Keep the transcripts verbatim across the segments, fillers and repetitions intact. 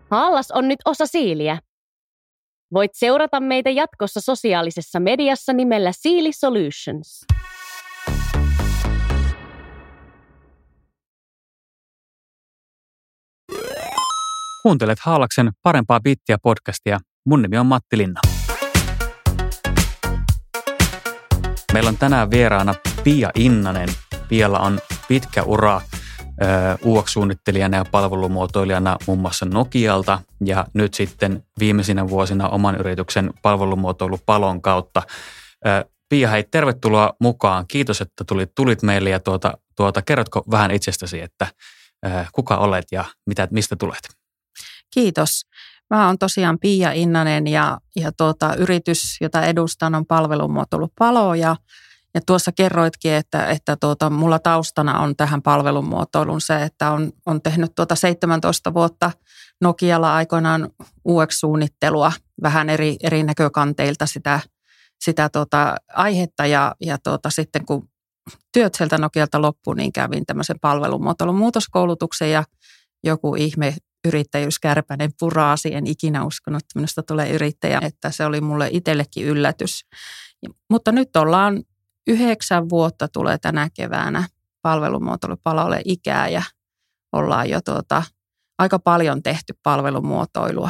Haallas on nyt osa Siiliä. Voit seurata meitä jatkossa sosiaalisessa mediassa nimellä Siili Solutions. Kuuntelet Haalaksen Parempaa Bittiä podcastia. Mun nimi on Matti Linna. Meillä on tänään vieraana Pia Innanen. Pialla on pitkä ura U X-suunnittelijana ja palvelumuotoilijana muun muassa Nokialta ja nyt sitten viimeisinä vuosina oman yrityksen palvelumuotoilupalon kautta. Pia, hei, tervetuloa mukaan. Kiitos, että tulit, tulit meille ja tuota, tuota, kerrotko vähän itsestäsi, että kuka olet ja mitä, mistä tulet? Kiitos. Mä oon tosiaan Pia Innanen ja, ja tuota, yritys, jota edustan, on palvelumuotoilupalo ja Ja tuossa kerroitkin, että, että tuota, mulla taustana on tähän palvelumuotoilun se, että on, on tehnyt tuota seitsemäntoista vuotta Nokialla aikoinaan U X-suunnittelua vähän eri, eri näkökanteilta sitä, sitä tuota aihetta. Ja, ja tuota, sitten kun työt sieltä Nokialta loppui, niin kävin tämmöisen palvelumuotoilun muutoskoulutuksen ja joku ihme yrittäjyyskärpäinen puraasi. En ikinä uskonut, että minusta tulee yrittäjä, että se oli mulle itsellekin yllätys. Ja, mutta nyt ollaan Yhdeksän vuotta tulee tänä keväänä palvelumuotoilupalolle ikää ja ollaan jo tuota, aika paljon tehty palvelumuotoilua.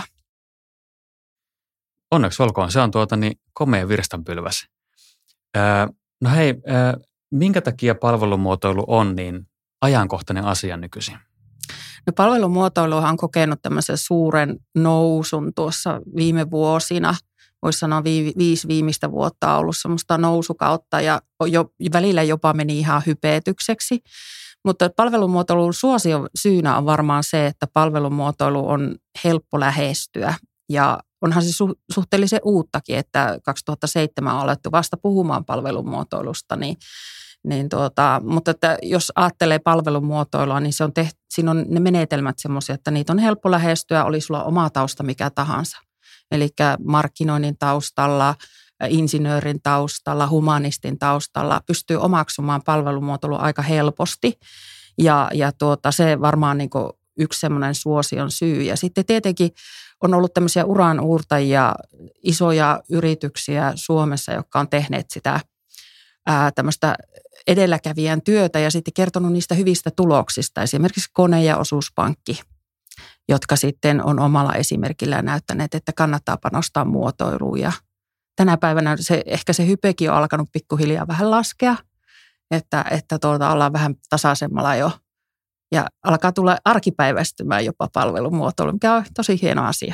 Onneksi olkoon, se on tuota niin komea virstanpylväs. Öö, no hei, öö, minkä takia palvelumuotoilu on niin ajankohtainen asia nykyisin? No palvelumuotoiluhan on kokenut tämmöisen suuren nousun tuossa viime vuosina. Voisi sanoa vi- viisi viimeistä vuotta on ollut semmoista nousukautta ja jo, välillä jopa meni ihan hypetykseksi. Mutta palvelumuotoilun suosion syynä on varmaan se, että palvelumuotoilu on helppo lähestyä. Ja onhan se su- suhteellisen uuttakin, että kaksituhattaseitsemän on alettu vasta puhumaan palvelumuotoilusta. Niin, niin tuota, mutta että jos ajattelee palvelumuotoilua, niin se on tehty, siinä on ne menetelmät semmoisia, että niitä on helppo lähestyä, oli sulla oma tausta mikä tahansa. Eli markkinoinnin taustalla, insinöörin taustalla, humanistin taustalla pystyy omaksumaan palvelumuotoilua aika helposti. Ja, ja tuota, se varmaan niin kuin yksi semmoinen suosion syy. Ja sitten tietenkin on ollut tämmöisiä uranuurtajia, isoja yrityksiä Suomessa, jotka on tehneet sitä ää, tämmöistä edelläkävijän työtä ja sitten kertonut niistä hyvistä tuloksista. Esimerkiksi Kone ja Osuuspankki, jotka sitten on omalla esimerkillään näyttäneet, että kannattaa panostaa muotoiluun. Ja tänä päivänä se, ehkä se hypekin on alkanut pikkuhiljaa vähän laskea, että, että tuolta ollaan vähän tasaisemmalla jo. Ja alkaa tulla arkipäiväistymään jopa palvelumuotoilu, mikä on tosi hieno asia.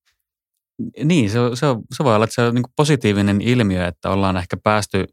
Niin, se, se, se voi olla, että se on niin kuin positiivinen ilmiö, että ollaan ehkä päästy,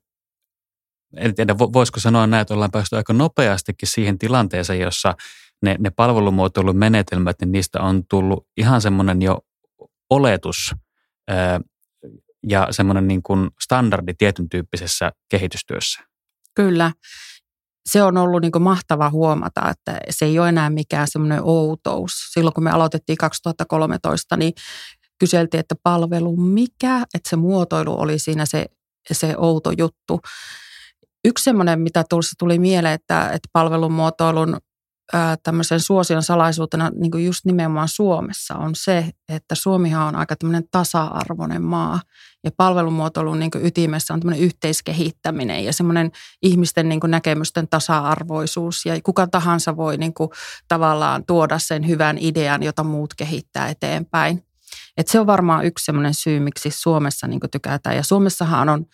en tiedä voisiko sanoa näin, että ollaan päästy aika nopeastikin siihen tilanteeseen, jossa Ne, ne palvelumuotoilun menetelmät, niin niistä on tullut ihan semmoinen jo oletus ää, ja semmoinen niin kuin standardi tietyn tyyppisessä kehitystyössä. Kyllä. Se on ollut niin kuin mahtava huomata, että se ei ole enää mikään semmoinen outous. Silloin kun me aloitettiin kaksituhattakolmetoista, niin kyseltiin, että palvelu mikä, että se muotoilu oli siinä se, se outo juttu. Yksi semmoinen, mitä tuossa tuli mieleen, että, että palvelumuotoilun tämmöisen suosion salaisuutena niin kuin just nimenomaan Suomessa on se, että Suomihan on aika tämmöinen tasa-arvoinen maa ja palvelumuotoilun niin kuin ytimessä on tämmöinen yhteiskehittäminen ja semmoinen ihmisten niin kuin näkemysten tasa-arvoisuus ja kuka tahansa voi niin kuin tavallaan tuoda sen hyvän idean, jota muut kehittää eteenpäin. Et se on varmaan yksi semmoinen syy, miksi Suomessa niin kuin tykätään ja Suomessahan on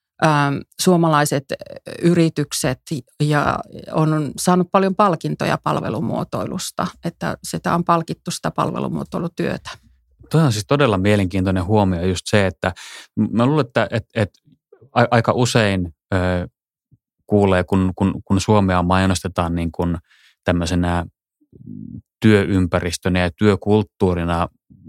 suomalaiset yritykset ja on saanut paljon palkintoja palvelumuotoilusta, että sitä on palkittu sitä palvelumuotoilutyötä. Tuo on siis todella mielenkiintoinen huomio just se, että mä luulen, että, että, että aika usein ö, kuulee, kun, kun, kun Suomea mainostetaan niin kuin tämmöisenä työympäristönä ja työkulttuurina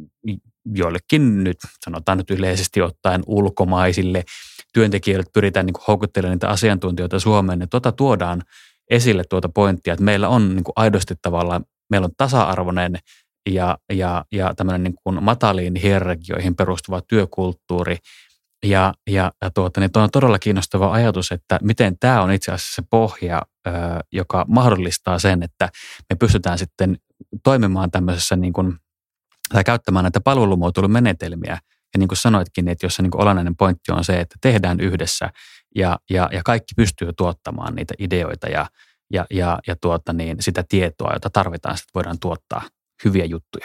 joillekin nyt, sanotaan nyt yleisesti ottaen ulkomaisille työntekijöille pyritään niin kuin houkuttelemaan niitä asiantuntijoita Suomeen, niin tuota tuodaan esille tuota pointtia, että meillä on niin kuin aidosti tavallaan, meillä on tasa-arvoinen ja, ja, ja tämmöinen niin kuin mataliin hierarkioihin perustuva työkulttuuri. Ja, ja, ja tuota, niin tuo on todella kiinnostava ajatus, että miten tämä on itse asiassa se pohja, joka mahdollistaa sen, että me pystytään sitten toimimaan tämmöisessä niin kuin tai käyttämään näitä palvelumuotoilumenetelmiä. Ja niin kuin sanoitkin, että jos se niin kuin olennainen pointti on se, että tehdään yhdessä ja, ja, ja kaikki pystyy tuottamaan niitä ideoita ja, ja, ja, ja tuota niin, sitä tietoa, jota tarvitaan, että voidaan tuottaa hyviä juttuja.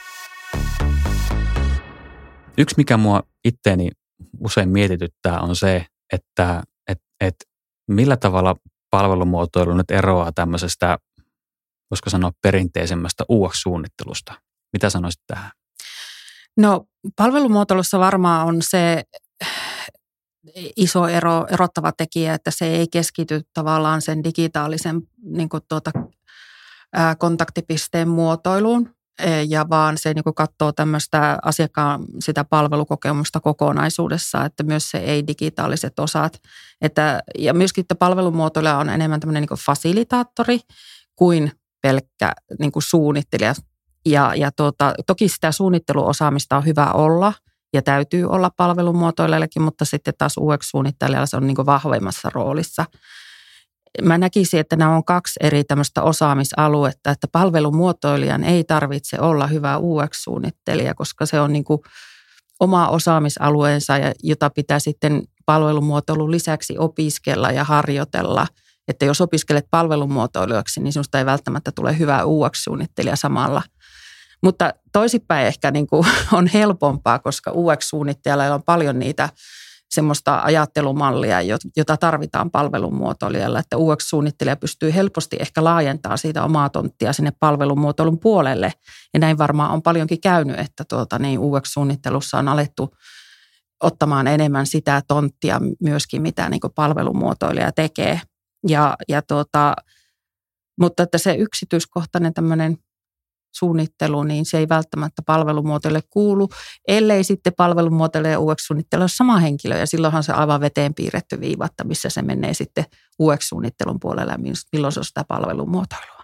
Yksi, mikä mua itteeni usein mietityttää, on se, että et, et millä tavalla palvelumuotoilu nyt eroaa tämmöisestä, voisiko sanoa, perinteisemmästä U X-suunnittelusta. Mitä sanoisit tähän? No palvelumuotoilussa varmaan on se iso ero, erottava tekijä, että se ei keskity tavallaan sen digitaalisen niin kuin tuota, ää, kontaktipisteen muotoiluun, ja vaan se niin kuin katsoo tämmöistä asiakkaan sitä palvelukokemusta kokonaisuudessa, että myös se ei-digitaaliset osat. Että, ja myöskin, että palvelumuotoilija on enemmän tämmöinen niin kuin fasilitaattori kuin pelkkä niin kuin suunnittelija. Ja, ja tuota, toki sitä suunnitteluosaamista on hyvä olla ja täytyy olla palvelumuotoilijallekin, mutta sitten taas U X-suunnittelijalla se on niin kuin vahvemmassa roolissa. Mä näkisin, että nämä on kaksi eri tämmöistä osaamisaluetta, että palvelumuotoilijan ei tarvitse olla hyvä U X-suunnittelija, koska se on niin kuin oma osaamisalueensa, jota pitää sitten palvelumuotoilun lisäksi opiskella ja harjoitella. Että jos opiskelet palvelumuotoilijaksi, niin sinusta ei välttämättä tule hyvä U X-suunnittelija samalla. Mutta toisinpäin ehkä niin kuin on helpompaa, koska U X-suunnittelijalla on paljon niitä semmoista ajattelumallia, jota tarvitaan palvelumuotoilijalla, että U X-suunnittelija pystyy helposti ehkä laajentamaan siitä omaa tonttia sinne palvelumuotoilun puolelle. Ja näin varmaan on paljonkin käynyt, että tuota, niin U X-suunnittelussa on alettu ottamaan enemmän sitä tonttia myöskin, mitä niin kuin palvelumuotoilija tekee. Ja, ja tuota, mutta että se yksityiskohtainen tämmöinen suunnittelu, niin se ei välttämättä palvelumuotoille kuulu, ellei sitten palvelumuotoille ja U X-suunnittelu ole sama henkilö, ja silloinhan se aivan veteen piirretty viivatta, missä se menee sitten U X-suunnittelun puolella, ja milloin se on sitä palvelumuotoilua.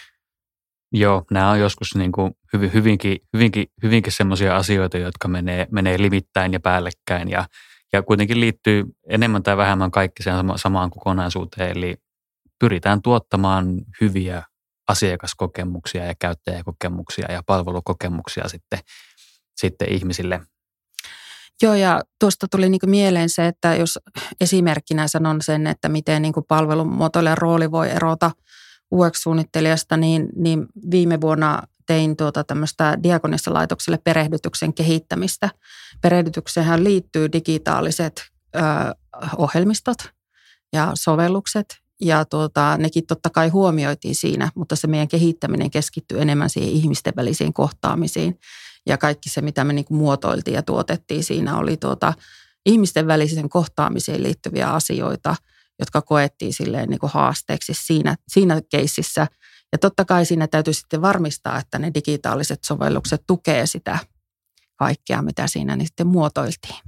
Joo, nämä on joskus niin kuin hyvin, hyvinkin, hyvinkin, hyvinkin semmoisia asioita, jotka menee, menee limittäin ja päällekkäin, ja, ja kuitenkin liittyy enemmän tai vähemmän kaikki sen samaan kokonaisuuteen, eli pyritään tuottamaan hyviä asiakaskokemuksia ja käyttäjäkokemuksia ja palvelukokemuksia sitten, sitten ihmisille. Joo, ja tuosta tuli niin kuin mieleen se, että jos esimerkkinä sanon sen, että miten niin kuin palvelumuotoilijan rooli voi erota U X-suunnittelijasta, niin, niin viime vuonna tein tuota tämmöistä Diakonissalaitokselle perehdytyksen kehittämistä. Perehdytykseenhän liittyy digitaaliset ö, ohjelmistot ja sovellukset. Ja tuota, nekin totta kai huomioitiin siinä, mutta se meidän kehittäminen keskittyy enemmän siihen ihmisten välisiin kohtaamisiin. Ja kaikki se, mitä me niin kuin muotoiltiin ja tuotettiin siinä, oli tuota, ihmisten välisen kohtaamiseen liittyviä asioita, jotka koettiin silleen niin kuin haasteeksi siinä, siinä keississä. Ja totta kai siinä täytyy sitten varmistaa, että ne digitaaliset sovellukset tukee sitä kaikkea, mitä siinä niin sitten muotoiltiin.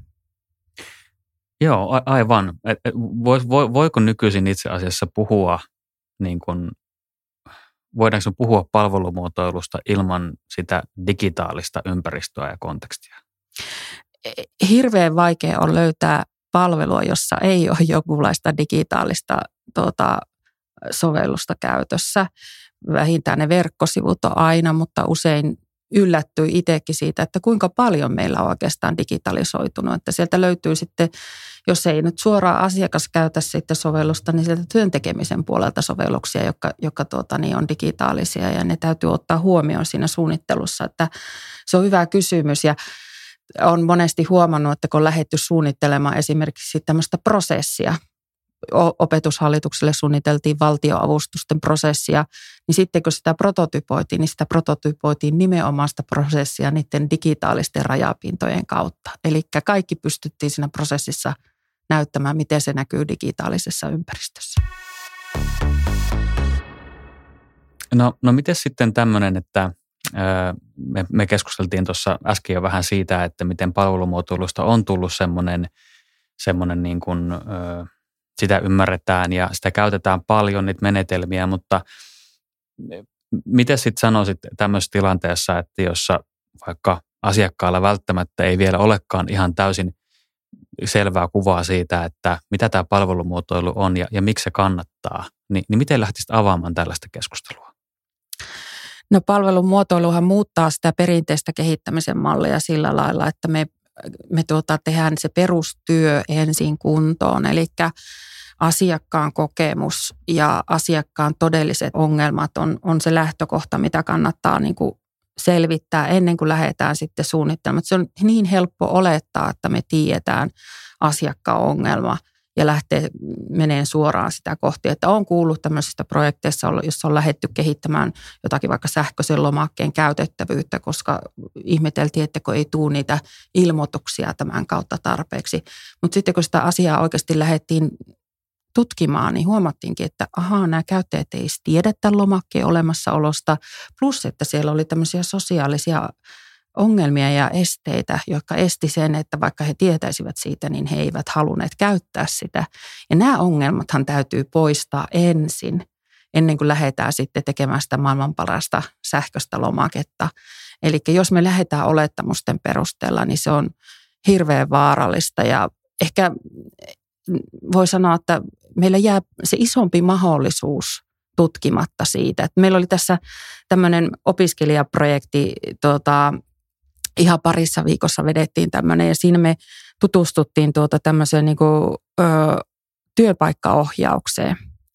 Joo, a- aivan. Et, et, vois, vo, voiko nykyisin itse asiassa puhua, niin kun, voidaanko puhua palvelumuotoilusta ilman sitä digitaalista ympäristöä ja kontekstia? Hirveän vaikea on löytää palvelua, jossa ei ole jonkunlaista digitaalista tuota, sovellusta käytössä. Vähintään ne verkkosivut on aina, mutta usein yllättyi itsekin siitä, että kuinka paljon meillä on oikeastaan digitalisoitunut. Että sieltä löytyy sitten, jos ei nyt suoraan asiakas käytä sitten sovellusta, niin sieltä työntekemisen puolelta sovelluksia, jotka, jotka tuota, niin on digitaalisia ja ne täytyy ottaa huomioon siinä suunnittelussa. Että se on hyvä kysymys ja on monesti huomannut, että kun on lähdetty suunnittelemaan esimerkiksi tämmöistä prosessia, opetushallitukselle suunniteltiin valtioavustusten prosessia, niin sitten kun sitä prototypoitiin, niin sitä prototypoitiin nimenomaan sitä prosessia niiden digitaalisten rajapintojen kautta. Eli kaikki pystyttiin siinä prosessissa näyttämään, miten se näkyy digitaalisessa ympäristössä. No, no miten sitten tämmöinen, että me, me keskusteltiin tuossa äsken jo vähän siitä, että miten palvelumuotoilusta on tullut semmoinen, semmoinen niin kuin, sitä ymmärretään ja sitä käytetään paljon, niitä menetelmiä, mutta miten sitten sanoisit tämmöisessä tilanteessa, että jossa vaikka asiakkaalla välttämättä ei vielä olekaan ihan täysin selvää kuvaa siitä, että mitä tämä palvelumuotoilu on ja, ja miksi se kannattaa, niin, niin miten lähtisit avaamaan tällaista keskustelua? No palvelun muotoiluhan muuttaa sitä perinteistä kehittämisen mallia sillä lailla, että me, me tuota, tehdään se perustyö ensin kuntoon. Eli asiakkaan kokemus ja asiakkaan todelliset ongelmat on, on se lähtökohta, mitä kannattaa niin kuin selvittää ennen kuin lähdetään sitten suunnittelemaan. Se on niin helppo olettaa, että me tiedetään asiakkaan ongelma ja lähtee meneen suoraan sitä kohti. Että olen kuullut tämmöisistä projekteissa, jossa on lähdetty kehittämään jotakin vaikka sähköisen lomakkeen käytettävyyttä, koska ihmeteltiin, että kun ei tule niitä ilmoituksia tämän kautta tarpeeksi. Mutta sitten kun sitä asiaa oikeasti lähdettiin tutkimaan, niin huomattiinkin, että ahaa, nämä käyttäjät ei edes tiedä tämän lomakkeen olemassaolosta, plus että siellä oli tämmöisiä sosiaalisia ongelmia ja esteitä, jotka esti sen, että vaikka he tietäisivät siitä, niin he eivät halunneet käyttää sitä. Ja nämä ongelmathan täytyy poistaa ensin, ennen kuin lähdetään sitten tekemään sitä maailman parasta sähköistä lomaketta. Eli jos me lähdetään olettamusten perusteella, niin se on hirveän vaarallista ja ehkä voi sanoa, että meillä jää se isompi mahdollisuus tutkimatta siitä. Että meillä oli tässä tämmöinen opiskelijaprojekti, tuota, ihan parissa viikossa vedettiin tämmöinen ja siinä me tutustuttiin tuota tämmöiseen niin kuin, ö, työpaikkaohjaukseen.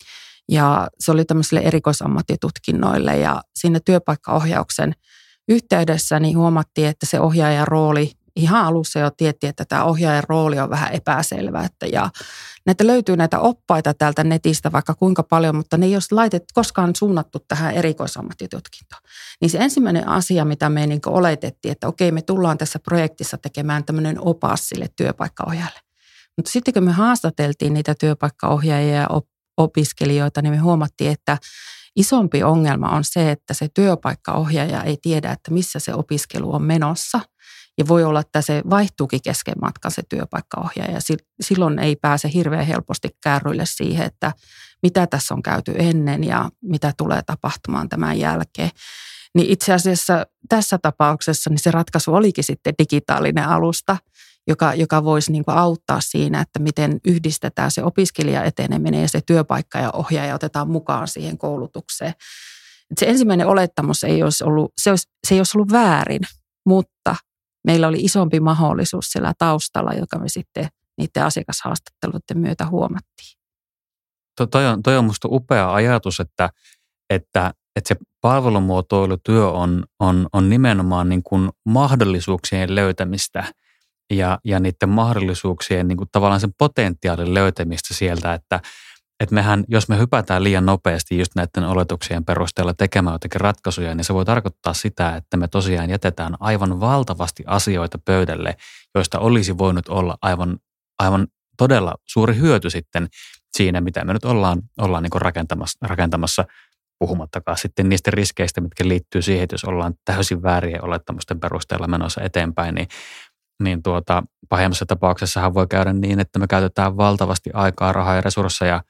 Ja se oli tämmöisille erikoisammattitutkinnoille ja siinä työpaikkaohjauksen yhteydessä niin huomattiin, että se ohjaajan rooli ihan alussa jo tiettiin, että tämä ohjaajan rooli on vähän epäselvä. Että ja näitä löytyy näitä oppaita täältä netistä vaikka kuinka paljon, mutta ne ei ole laitettu koskaan suunnattu tähän erikoisammattitutkintoon. Niin se ensimmäinen asia, mitä me niin kuin oletettiin, että okei, me tullaan tässä projektissa tekemään tämmöinen opas sille työpaikkaohjaajalle. Mutta sitten kun me haastateltiin niitä työpaikkaohjaajia ja opiskelijoita, niin me huomattiin, että isompi ongelma on se, että se työpaikkaohjaaja ei tiedä, että missä se opiskelu on menossa. Ja voi olla, että se vaihtuukin kesken matkan se työpaikkaohjaaja. Silloin ei pääse hirveän helposti kärryille siihen, että mitä tässä on käyty ennen ja mitä tulee tapahtumaan tämän jälkeen. Niin itse asiassa tässä tapauksessa niin se ratkaisu olikin sitten digitaalinen alusta, joka, joka voisi niin kuin auttaa siinä, että miten yhdistetään se opiskelija eteneminen ja se työpaikka ja ohjaaja otetaan mukaan siihen koulutukseen. Et se ensimmäinen olettamus ei olisi ollut, se, olisi, se ei olisi ollut väärin, mutta meillä oli isompi mahdollisuus siellä taustalla, joka me sitten niiden asiakashaastatteluiden myötä huomattiin. To, toi, on, toi on musta upea ajatus, että, että, että se palvelumuotoilutyö on, on, on nimenomaan niin kuin mahdollisuuksien löytämistä ja, ja niiden mahdollisuuksien niin kuin tavallaan sen potentiaalin löytämistä sieltä, että että mehän, jos me hypätään liian nopeasti just näiden oletuksien perusteella tekemään jotakin ratkaisuja, niin se voi tarkoittaa sitä, että me tosiaan jätetään aivan valtavasti asioita pöydälle, joista olisi voinut olla aivan, aivan todella suuri hyöty sitten siinä, mitä me nyt ollaan, ollaan niin kuin rakentamassa, rakentamassa, puhumattakaan sitten niistä riskeistä, mitkä liittyy siihen, että jos ollaan täysin väärien olettamusten perusteella menossa eteenpäin, niin niin tuota, pahimmassa tapauksessahan voi käydä niin, että me käytetään valtavasti aikaa, rahaa ja resursseja,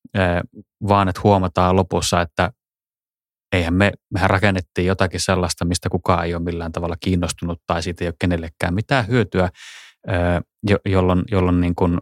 vaan että huomataan lopussa, että eihän me, mehän rakennettiin jotakin sellaista, mistä kukaan ei ole millään tavalla kiinnostunut tai siitä ei ole kenellekään mitään hyötyä, jolloin, jolloin niin kuin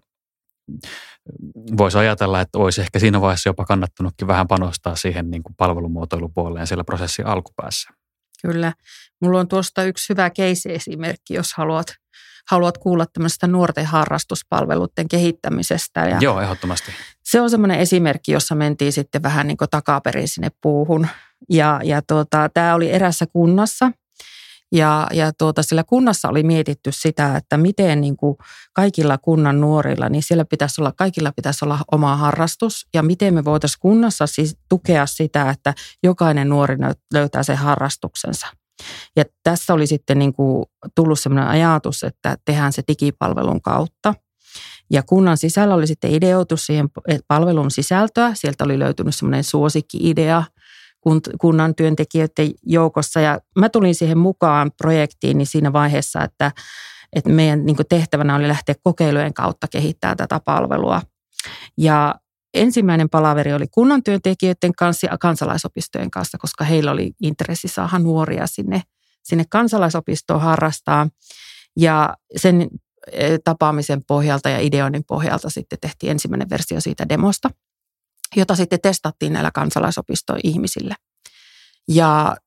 voisi ajatella, että olisi ehkä siinä vaiheessa jopa kannattanutkin vähän panostaa siihen niin kuin palvelumuotoilupuoleen siellä prosessin alkupäässä. Kyllä. Mulla on tuosta yksi hyvä case-esimerkki, jos haluat, haluat kuulla tämmöistä nuorten harrastuspalveluiden kehittämisestä. Ja joo, ehdottomasti. Se on semmoinen esimerkki, jossa mentiin sitten vähän niin kuin takaperin sinne puuhun. Ja, ja tuota, tämä oli erässä kunnassa. Ja, ja tuota, sillä kunnassa oli mietitty sitä, että miten niin kuin kaikilla kunnan nuorilla, niin siellä pitäisi olla, kaikilla pitäisi olla oma harrastus. Ja miten me voitaisiin kunnassa siis tukea sitä, että jokainen nuori löytää sen harrastuksensa. Ja tässä oli sitten niin kuin tullut sellainen ajatus, että tehdään se digipalvelun kautta. Ja kunnan sisällä oli sitten ideoitu siihen palvelun sisältöä. Sieltä oli löytynyt semmoinen suosikki-idea kunnan työntekijöiden joukossa. Ja mä tulin siihen mukaan projektiin niin siinä vaiheessa, että, että meidän niin kuin tehtävänä oli lähteä kokeilujen kautta kehittämään tätä palvelua. Ja ensimmäinen palaveri oli kunnan työntekijöiden kanssa ja kansalaisopistojen kanssa, koska heillä oli intressi saada nuoria sinne, sinne kansalaisopistoon harrastaa. Ja sen tapaamisen pohjalta ja ideoinnin pohjalta sitten tehtiin ensimmäinen versio siitä demosta, jota sitten testattiin näillä kansalaisopistojen ihmisillä. Ja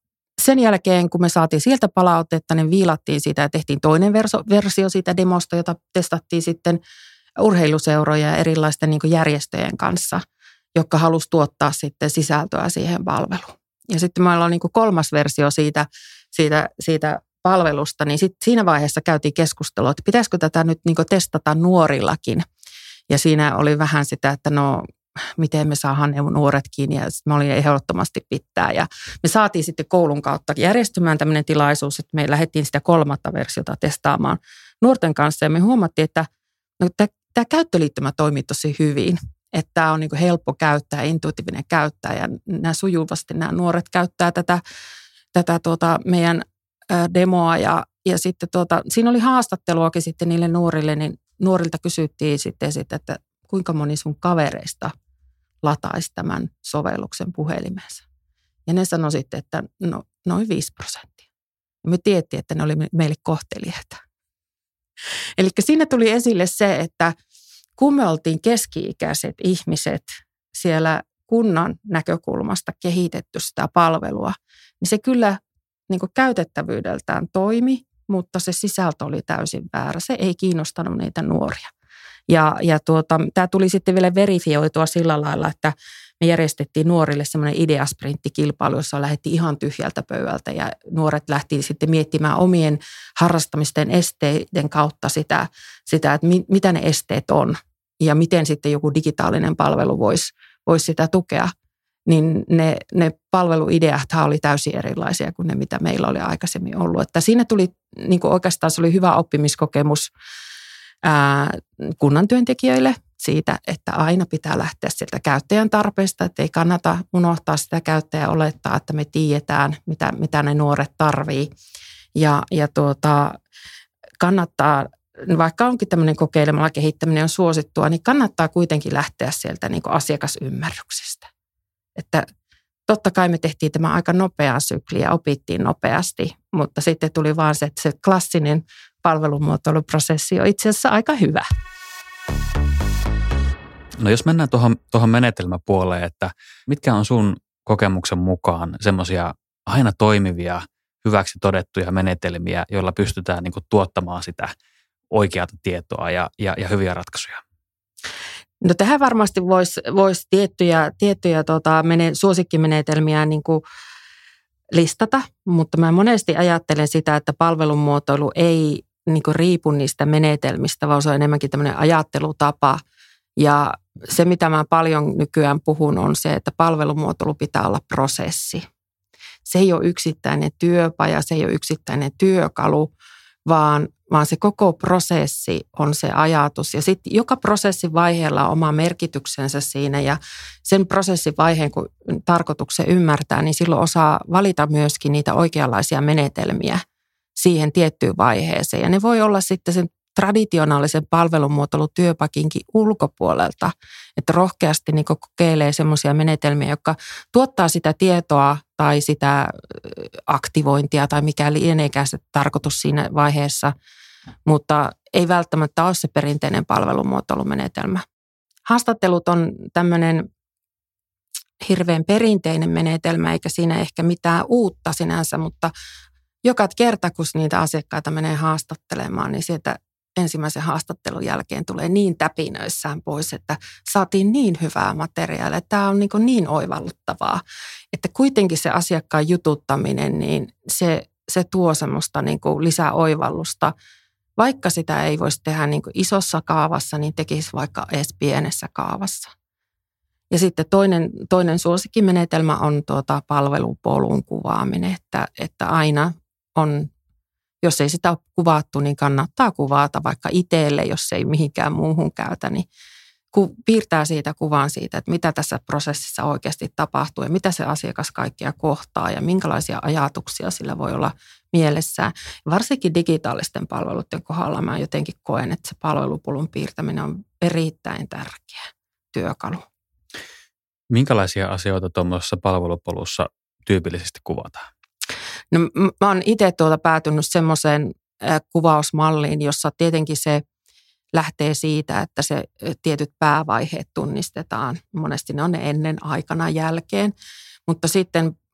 sen jälkeen, kun me saatiin sieltä palautetta, niin viilattiin sitä ja tehtiin toinen verso, versio siitä demosta, jota testattiin sitten urheiluseuroja ja erilaisten niin kuin järjestöjen kanssa, jotka halusi tuottaa sitten sisältöä siihen palveluun. Ja sitten meillä on niin kuin kolmas versio siitä, siitä, siitä palvelusta, niin sitten siinä vaiheessa käytiin keskustelua, että pitäisikö tätä nyt niin kuin testata nuorillakin. Ja siinä oli vähän sitä, että no miten me saadaan ne nuoret kiinni, ja mä olin ehdottomasti pitää. Ja me saatiin sitten koulun kautta järjestymään tämmöinen tilaisuus, että me lähdettiin sitä kolmatta versiota testaamaan nuorten kanssa, ja me huomattiin, että no, tämä käyttöliittymä toimii tosi hyvin, että tämä on niin kuin helppo käyttää, intuitiivinen käyttää, ja nämä sujuvasti nämä nuoret käyttää tätä, tätä tuota meidän demoa, ja, ja sitten tuota, siinä oli haastatteluakin sitten niille nuorille, niin nuorilta kysyttiin sitten, että kuinka moni sun kavereista lataisi tämän sovelluksen puhelimeensa. Ja ne sanoi sitten, että no, noin viisi prosenttia. Ja me tiedettiin, että ne oli meille kohteliaita. Eli siinä tuli esille se, että kun me oltiin keski-ikäiset ihmiset siellä kunnan näkökulmasta kehitetty sitä palvelua, niin se kyllä niin kuin käytettävyydeltään toimi, mutta se sisältö oli täysin väärä. Se ei kiinnostanut niitä nuoria. Ja, ja tuota, tämä tuli sitten vielä verifioitua sillä lailla, että me järjestettiin nuorille semmoinen ideasprinttikilpailu, jossa lähdettiin ihan tyhjältä pöydältä ja nuoret lähti sitten miettimään omien harrastamisten esteiden kautta sitä, sitä että mi, mitä ne esteet on ja miten sitten joku digitaalinen palvelu voisi, voisi sitä tukea. Niin ne, ne palveluideathan oli täysin erilaisia kuin ne, mitä meillä oli aikaisemmin ollut. Että siinä tuli niin kuin oikeastaan se oli hyvä oppimiskokemus ää, kunnan työntekijöille siitä, että aina pitää lähteä sieltä käyttäjän tarpeesta, että ei kannata unohtaa sitä käyttäjää olettaa, että me tiedetään, mitä, mitä ne nuoret tarvii. Ja, ja tuota, kannattaa, vaikka onkin tämmöinen kokeilemalla kehittäminen on suosittua, niin kannattaa kuitenkin lähteä sieltä niin kuin asiakasymmärryksestä. Että totta kai me tehtiin tämä aika nopea sykli ja opittiin nopeasti, mutta sitten tuli vaan se, että se klassinen palvelumuotoiluprosessi on itse asiassa aika hyvä. No jos mennään tuohon, tuohon menetelmäpuoleen, että mitkä on sun kokemuksen mukaan semmoisia aina toimivia, hyväksi todettuja menetelmiä, joilla pystytään niin kuin tuottamaan sitä oikeaa tietoa ja, ja, ja hyviä ratkaisuja? No tähän varmasti voisi vois tiettyjä, tiettyjä tota, mene, suosikkimenetelmiä niin kuin listata, mutta mä monesti ajattelen sitä, että palvelumuotoilu ei niin kuin riipu niistä menetelmistä, vaan se on enemmänkin tämmöinen ajattelutapa. Ja se, mitä mä paljon nykyään puhun, on se, että palvelumuotoilu pitää olla prosessi. Se ei ole yksittäinen työpaja, se ei ole yksittäinen työkalu, vaan, vaan se koko prosessi on se ajatus. Ja sitten joka prosessin vaiheella on oma merkityksensä siinä ja sen prosessin vaiheen, kun tarkoituksen ymmärtää, niin silloin osaa valita myöskin niitä oikeanlaisia menetelmiä siihen tiettyyn vaiheeseen. Ja ne voi olla sitten sen traditionaalisen palvelumuotoilutyöpakinkin ulkopuolelta, että rohkeasti niin kokeilee semmoisia menetelmiä, jotka tuottaa sitä tietoa tai sitä aktivointia tai mikä lieneekään se tarkoitus siinä vaiheessa, mutta ei välttämättä ole se perinteinen palvelumuotoilumenetelmä. Haastattelut on tämmöinen hirveän perinteinen menetelmä, eikä siinä ehkä mitään uutta sinänsä, mutta joka kerta, kun niitä asiakkaita menee haastattelemaan, niin sieltä ensimmäisen haastattelun jälkeen tulee niin täpinöissään pois, että saatiin niin hyvää materiaalia. Tämä on niin, niin oivalluttavaa, että kuitenkin se asiakkaan jututtaminen, niin se, se tuo semmoista niin kuin lisää oivallusta. Vaikka sitä ei voisi tehdä niin kuin isossa kaavassa, niin tekisi vaikka edes pienessä kaavassa. Ja sitten toinen, toinen suosikkimenetelmä on tuota palvelupolun kuvaaminen, että, että aina on, jos ei sitä ole kuvattu, niin kannattaa kuvata vaikka itselle, jos ei mihinkään muuhun käytä, niin piirtää siitä kuvan siitä, että mitä tässä prosessissa oikeasti tapahtuu ja mitä se asiakas kaikkea kohtaa ja minkälaisia ajatuksia sillä voi olla mielessään. Varsinkin digitaalisten palveluiden kohdalla mä jotenkin koen, että se palvelupolun piirtäminen on erittäin tärkeä työkalu. Minkälaisia asioita tuommoisessa palvelupolussa tyypillisesti kuvataan? No, mä oon itse tuota päätynyt semmoiseen kuvausmalliin, jossa tietenkin se lähtee siitä, että se tietyt päävaiheet tunnistetaan. Monesti ne on ne ennen, aikana, jälkeen, mutta sitten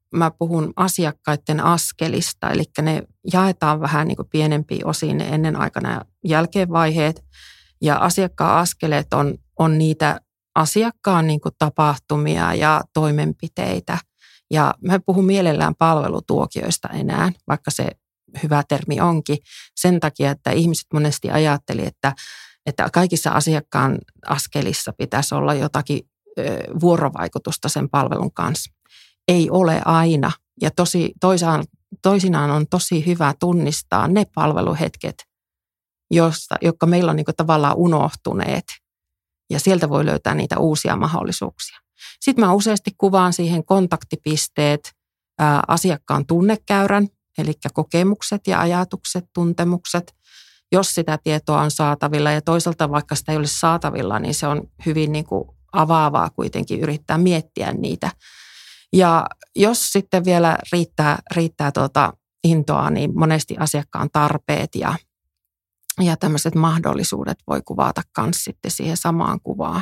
mä puhun asiakkaiden askelista, eli ne jaetaan vähän niin kuin pienempiin osiin ne ennen aikana ja jälkeen vaiheet. Ja asiakkaan askeleet on, on niitä asiakkaan niin kuin tapahtumia ja toimenpiteitä. Ja mä puhun mielellään palvelutuokioista enää, vaikka se hyvä termi onkin, sen takia, että ihmiset monesti ajatteli, että, että kaikissa asiakkaan askelissa pitäisi olla jotakin ö, vuorovaikutusta sen palvelun kanssa. Ei ole aina. Ja tosi, toisaan, toisinaan on tosi hyvä tunnistaa ne palveluhetket, josta, jotka meillä on niin kuin tavallaan unohtuneet. Ja sieltä voi löytää niitä uusia mahdollisuuksia. Sitten mä useasti kuvaan siihen kontaktipisteet, ää, asiakkaan tunnekäyrän, eli kokemukset ja ajatukset, tuntemukset, jos sitä tietoa on saatavilla. Ja toisaalta vaikka sitä ei ole saatavilla, niin se on hyvin niin kuin avaavaa kuitenkin yrittää miettiä niitä. Ja jos sitten vielä riittää, riittää tuota intoa, niin monesti asiakkaan tarpeet ja, ja tämmöiset mahdollisuudet voi kuvata myös sitten siihen samaan kuvaan.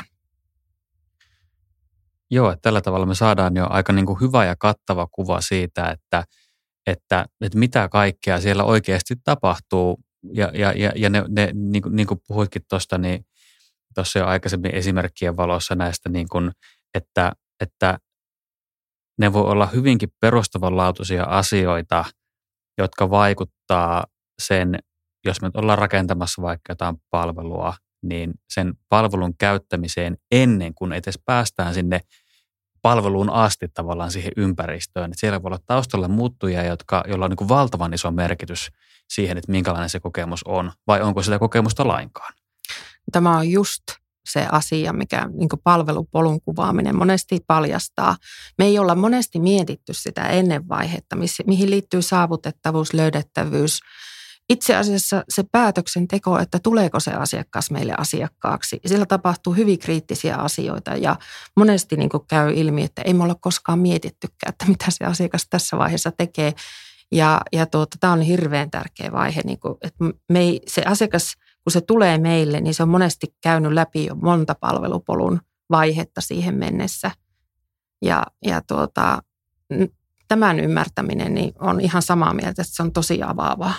Joo, että tällä tavalla me saadaan jo aika niin kuin hyvä ja kattava kuva siitä, että, että, että mitä kaikkea siellä oikeasti tapahtuu. Ja, ja, ja, ja ne, ne, niin, kuin, niin kuin puhuitkin tuosta, niin tuossa jo aikaisemmin esimerkkien valossa näistä, niin kuin, että, että ne voi olla hyvinkin perustavanlaatuisia asioita, jotka vaikuttaa sen, jos me ollaan rakentamassa vaikka jotain palvelua, niin sen palvelun käyttämiseen ennen kuin edes päästään sinne palveluun asti tavallaan siihen ympäristöön. Että siellä voi olla taustalla muuttujia, jotka, joilla on niin kuin valtavan iso merkitys siihen, että minkälainen se kokemus on, vai onko sitä kokemusta lainkaan. Tämä on just se asia, mikä niin kuin palvelupolun kuvaaminen monesti paljastaa. Me ei olla monesti mietitty sitä ennen vaihetta, mihin liittyy saavutettavuus, löydettävyys. Itse asiassa se päätöksenteko, että tuleeko se asiakas meille asiakkaaksi, sillä tapahtuu hyvin kriittisiä asioita ja monesti niin kuin käy ilmi, että ei me olla koskaan mietittykään, että mitä se asiakas tässä vaiheessa tekee. Ja, ja tuota, tämä on hirveän tärkeä vaihe, niin kuin, että me ei, se asiakas, kun se tulee meille, niin se on monesti käynyt läpi jo monta palvelupolun vaihetta siihen mennessä. Ja, ja tuota, tämän ymmärtäminen niin on ihan samaa mieltä, että se on tosi avaavaa.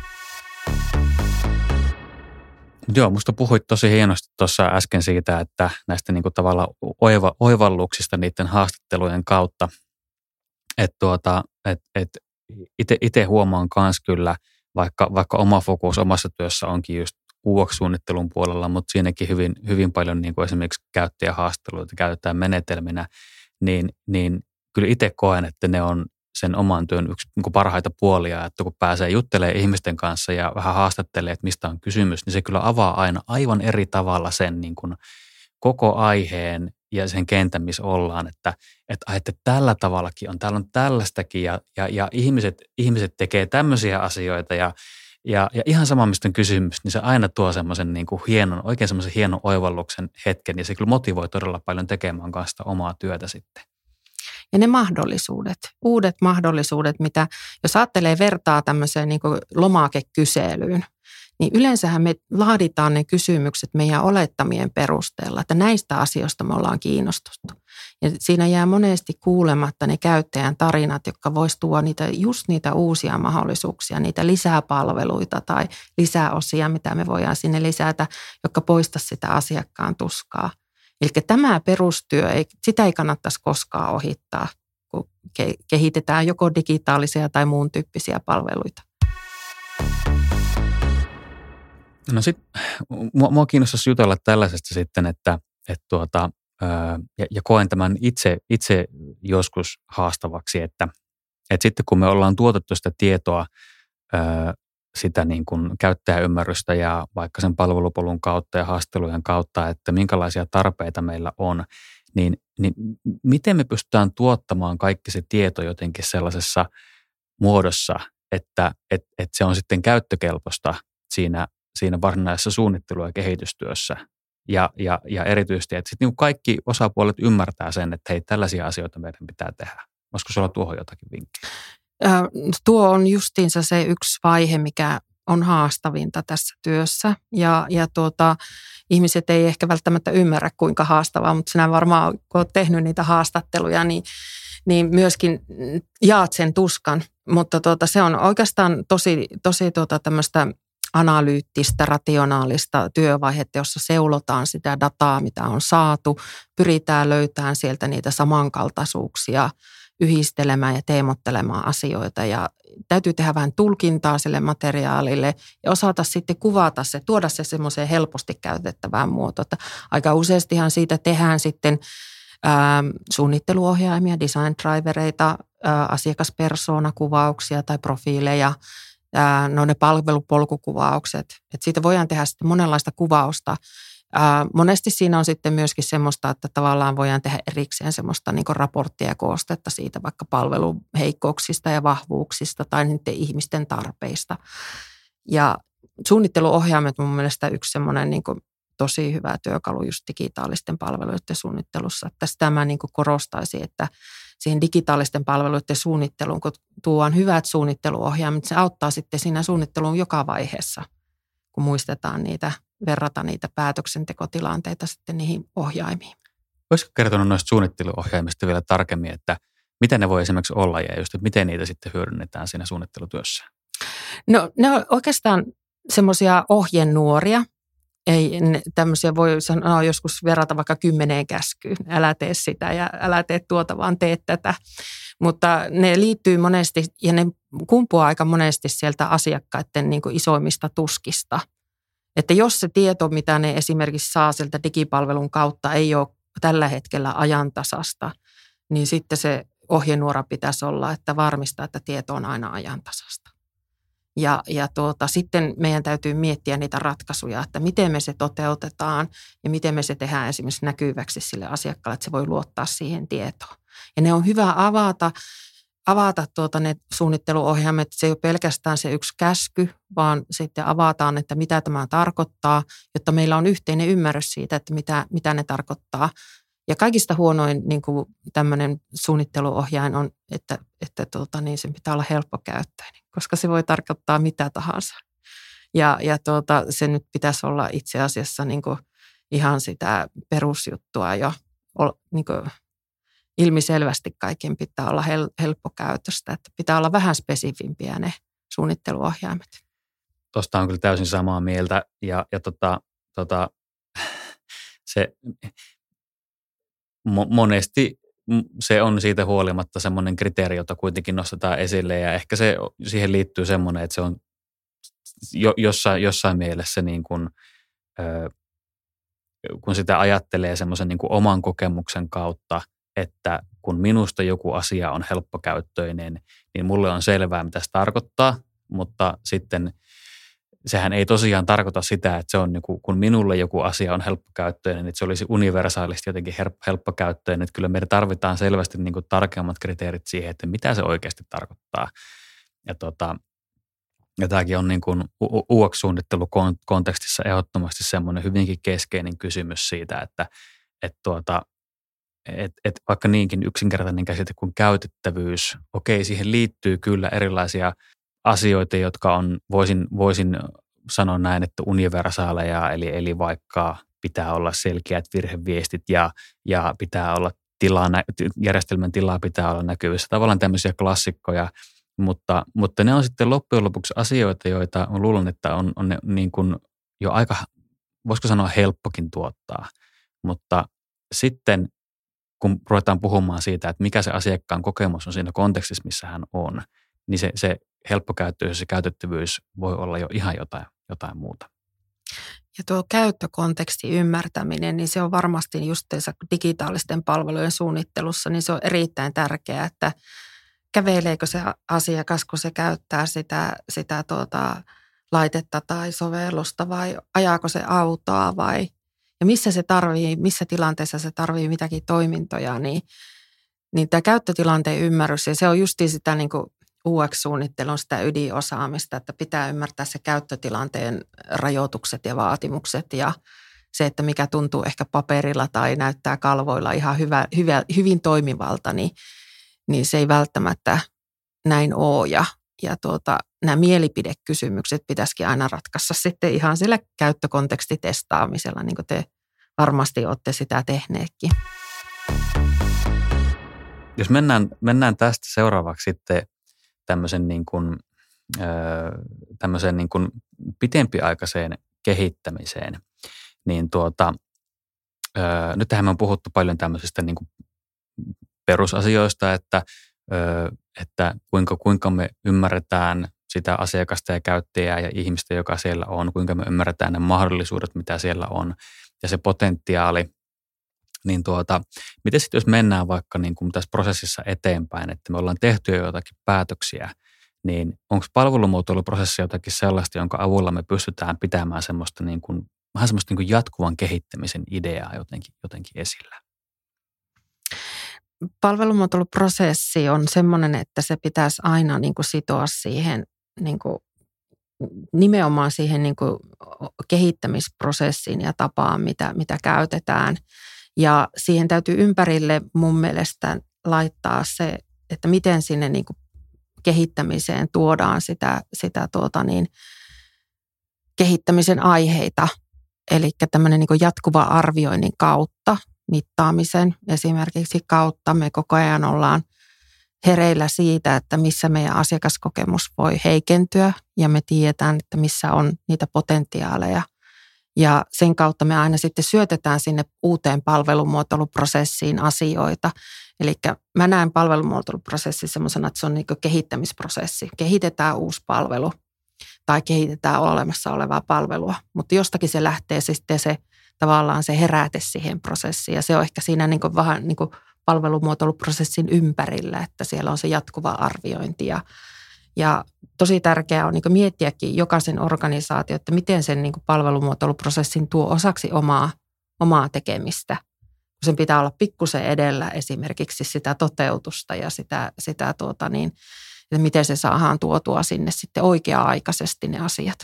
Joo, musta puhuit tosi hienosti tuossa äsken siitä, että näistä niinku tavallaan oiva, oivalluksista niiden haastattelujen kautta, että tuota, et, et itse huomaan myös kyllä, vaikka, vaikka oma fokus omassa työssä onkin just U X-suunnittelun puolella, mutta siinäkin hyvin, hyvin paljon niin kuin esimerkiksi käyttäjähaastatteluita käytetään menetelminä, niin, niin kyllä itse koen, että ne on sen oman työn yksi niin kuin parhaita puolia, että kun pääsee juttelemaan ihmisten kanssa ja vähän haastattelee, että mistä on kysymys, niin se kyllä avaa aina aivan eri tavalla sen niin kuin koko aiheen ja sen kentän, missä ollaan, että, että, että tällä tavallakin on, täällä on tällaistakin ja, ja, ja ihmiset, ihmiset tekee tämmöisiä asioita ja, ja, ja ihan sama, mistä on kysymys, niin se aina tuo semmoisen niin kuin hienon, oikein semmoisen hienon oivalluksen hetken ja se kyllä motivoi todella paljon tekemään kanssa sitä omaa työtä sitten. Ja ne mahdollisuudet, uudet mahdollisuudet, mitä jos ajattelee vertaa tämmöiseen niin kuin lomakekyselyyn, niin yleensähän me laaditaan ne kysymykset meidän olettamien perusteella, että näistä asioista me ollaan kiinnostuttu. Ja siinä jää monesti kuulematta ne käyttäjän tarinat, jotka vois tuoda niitä, just niitä uusia mahdollisuuksia, niitä lisäpalveluita tai lisäosia, mitä me voidaan sinne lisätä, jotka poista sitä asiakkaan tuskaa. Eli tämä perustyö, ei, sitä ei kannattaisi koskaan ohittaa, kun kehitetään joko digitaalisia tai muun tyyppisiä palveluita. No sitten mua, mua kiinnostaisi jutella tällaisesta sitten, että, että tuota, ja, ja koen tämän itse, itse joskus haastavaksi, että, että sitten kun me ollaan tuotettu sitä tietoa, sitä niin kuin käyttäjäymmärrystä ja vaikka sen palvelupolun kautta ja haastattelujen kautta, että minkälaisia tarpeita meillä on, niin, niin miten me pystytään tuottamaan kaikki se tieto jotenkin sellaisessa muodossa, että et, et se on sitten käyttökelpoista siinä, siinä varsinaisessa suunnittelu- ja kehitystyössä. Ja, ja, ja erityisesti, että sitten niin kaikki osapuolet ymmärtää sen, että hei, tällaisia asioita meidän pitää tehdä. Olisiko sulla tuohon jotakin vinkkiä? Tuo on justiinsa se yksi vaihe, mikä on haastavinta tässä työssä ja, ja tuota, ihmiset ei ehkä välttämättä ymmärrä, kuinka haastavaa, mutta sinä varmaan, kun olet tehnyt niitä haastatteluja, niin, niin myöskin jaat sen tuskan. Mutta tuota, se on oikeastaan tosi, tosi tuota tämmöistä analyyttistä, rationaalista työvaihetta, jossa seulotaan sitä dataa, mitä on saatu, pyritään löytämään sieltä niitä samankaltaisuuksia, yhdistelemään ja teemottelemaan asioita ja täytyy tehdä vähän tulkintaa sille materiaalille ja osata sitten kuvata se, tuoda se semmoiseen helposti käytettävään muotoon. Aika useastihan siitä tehdään sitten ää, suunnitteluohjaimia, design drivereita, ää, asiakaspersoonakuvauksia tai profiileja, ää, no ne palvelupolkukuvaukset. Et siitä voidaan tehdä sitten monenlaista kuvausta. Ää, monesti siinä on sitten myöskin semmoista, että tavallaan voidaan tehdä erikseen semmoista niin kuin raporttia ja koostetta siitä vaikka palveluheikkouksista ja vahvuuksista tai niiden ihmisten tarpeista. Ja suunnitteluohjaimet mun mielestä yksi semmoinen niin kuin tosi hyvä työkalu just digitaalisten palveluiden suunnittelussa. Että sitä mä niin kuin korostaisin, että siihen digitaalisten palveluiden suunnitteluun, kun tuodaan hyvät suunnitteluohjaimet, se auttaa sitten siinä suunnitteluun joka vaiheessa, kun muistetaan niitä, verrata niitä päätöksentekotilanteita sitten niihin ohjaimiin. Voisiko kertoa noista suunnitteluohjaimista vielä tarkemmin, että mitä ne voi esimerkiksi olla ja just, että miten niitä sitten hyödynnetään siinä suunnittelutyössä? No ne on oikeastaan semmoisia ohjenuoria. Ei tämmöisiä voi sanoa joskus verrata vaikka kymmeneen käskyyn. Älä tee sitä ja älä tee tuota, vaan tee tätä. Mutta ne liittyy monesti ja ne kumpuaa aika monesti sieltä asiakkaiden niin kuin isoimmista tuskista. Että jos se tieto, mitä ne esimerkiksi saa sieltä digipalvelun kautta, ei ole tällä hetkellä ajantasasta, niin sitten se ohjenuora pitäisi olla, että varmistaa, että tieto on aina ajantasasta. Ja, ja tuota, sitten meidän täytyy miettiä niitä ratkaisuja, että miten me se toteutetaan ja miten me se tehdään esimerkiksi näkyväksi sille asiakkaalle, että se voi luottaa siihen tietoon. Ja ne on hyvä avata, avata tuota ne suunnitteluohjaimet. Se ei ole pelkästään se yksi käsky, vaan sitten avataan, että mitä tämä tarkoittaa, jotta meillä on yhteinen ymmärrys siitä, että mitä, mitä ne tarkoittaa. Ja kaikista huonoin niin kuin tämmöinen suunnitteluohjain on, että, että tuota, niin sen pitää olla helppokäyttöinen, koska se voi tarkoittaa mitä tahansa. Ja, ja tuota, se nyt pitäisi olla itse asiassa niin kuin ihan sitä perusjuttua jo niin kuin ilmiselvästi kaiken pitää olla hel, helppokäytöstä, että pitää olla vähän spesifimpiä ne suunnitteluohjaimet. Tuosta on kyllä täysin samaa mieltä ja, ja tota, tota, se monesti se on siitä huolimatta semmoinen kriteeri, jota kuitenkin nostetaan esille ja ehkä se, siihen liittyy semmoinen, että se on jo, jossain, jossain mielessä niin kuin, kun sitä ajattelee semmoisen niin kuin oman kokemuksen kautta, että kun minusta joku asia on helppokäyttöinen, niin mulle on selvää, mitä se tarkoittaa, mutta sitten sehän ei tosiaan tarkoita sitä, että se on, kun minulle joku asia on helppokäyttöinen, että se olisi universaalisti jotenkin helppokäyttöinen, että kyllä meidän tarvitaan selvästi niin kuin tarkemmat kriteerit siihen, että mitä se oikeasti tarkoittaa. Ja, tota, ja tämäkin on niin kuin U X-suunnittelukontekstissa ehdottomasti semmoinen hyvinkin keskeinen kysymys siitä, että et tuota, et, et vaikka niinkin yksinkertainen käsite kuin käytettävyys, okei, siihen liittyy kyllä erilaisia asioita, jotka on, voisin, voisin sanoa näin, että universaaleja, eli, eli vaikka pitää olla selkeät virheviestit ja, ja pitää olla tilaa, järjestelmän tilaa pitää olla näkyvissä. Tavallaan tämmöisiä klassikkoja, mutta, mutta ne on sitten loppujen lopuksi asioita, joita mä luulen, että on, on ne niin kuin jo aika, voisiko sanoa helppokin tuottaa, mutta sitten kun ruvetaan puhumaan siitä, että mikä se asiakkaan kokemus on siinä kontekstissa, missä hän on, niin se, se helppokäyttöisyys ja käytettävyys voi olla jo ihan jotain, jotain muuta. Ja tuo käyttökontekstin ymmärtäminen, niin se on varmasti justiinsa digitaalisten palvelujen suunnittelussa, niin se on erittäin tärkeää, että käveleekö se asiakas, kun se käyttää sitä, sitä tuota laitetta tai sovellusta vai ajaako se autoa vai ja missä se tarvii, missä tilanteessa se tarvii mitäkin toimintoja, niin, niin tämä käyttötilanteen ymmärrys ja se on justiin sitä niin kuin U X-suunnittelun sitä ydinosaamista, että pitää ymmärtää se käyttötilanteen rajoitukset ja vaatimukset ja se, että mikä tuntuu ehkä paperilla tai näyttää kalvoilla ihan hyvä, hyvä, hyvin toimivalta, niin, niin se ei välttämättä näin ole. Ja, ja tuota, nämä mielipidekysymykset pitäisikin aina ratkaista sitten ihan sillä käyttökontekstitestaamisella, niin kuin te varmasti olette sitä tehneetkin. jos mennään, mennään tästä seuraavaksi sitten tämmöisen niin kuin, tämmöiseen niin kuin pitempiaikaiseen kehittämiseen, niin tuota, nyt tähän me on puhuttu paljon tämmöisistä niin kuin perusasioista, että, että kuinka, kuinka me ymmärretään sitä asiakasta ja käyttäjää ja ihmistä, joka siellä on, kuinka me ymmärretään ne mahdollisuudet, mitä siellä on ja se potentiaali. Niin tuota, miten sitten jos mennään vaikka niin kuin tässä prosessissa eteenpäin, että me ollaan tehty jo jotakin päätöksiä, niin onko palvelumuotoiluprosessi jotakin sellaista, jonka avulla me pystytään pitämään semmoista niin kuin, vähän semmoista niin kuin jatkuvan kehittämisen ideaa jotenkin, jotenkin esillä? Palvelumuotoiluprosessi on semmoinen, että se pitäisi aina niin kuin sitoa siihen niin kuin, nimenomaan siihen niin kuin kehittämisprosessiin ja tapaan, mitä, mitä käytetään. Ja siihen täytyy ympärille mun mielestä laittaa se, että miten sinne niin kuin kehittämiseen tuodaan sitä, sitä tuota niin, kehittämisen aiheita. Eli tämmöinen niin kuin jatkuva arvioinnin kautta, mittaamisen esimerkiksi kautta me koko ajan ollaan hereillä siitä, että missä meidän asiakaskokemus voi heikentyä ja me tiedetään, että missä on niitä potentiaaleja. Ja sen kautta me aina sitten syötetään sinne uuteen palvelumuotoiluprosessiin asioita. Eli mä näen palvelumuotoiluprosessi semmoisena, että se on niin kuin kehittämisprosessi. Kehitetään uusi palvelu tai kehitetään olemassa olevaa palvelua, mutta jostakin se lähtee sitten se tavallaan se heräte siihen prosessiin. Ja se on ehkä siinä niin kuin vähän niin kuin palvelumuotoiluprosessin ympärillä, että siellä on se jatkuva arviointi. Ja, ja tosi tärkeää on niin kuin miettiäkin jokaisen organisaatio, että miten sen niin kuin palvelumuotoiluprosessin tuo osaksi omaa, omaa tekemistä. Sen pitää olla pikkusen edellä esimerkiksi sitä toteutusta ja sitä, sitä tuota niin, että miten se saadaan tuotua sinne sitten oikea-aikaisesti ne asiat.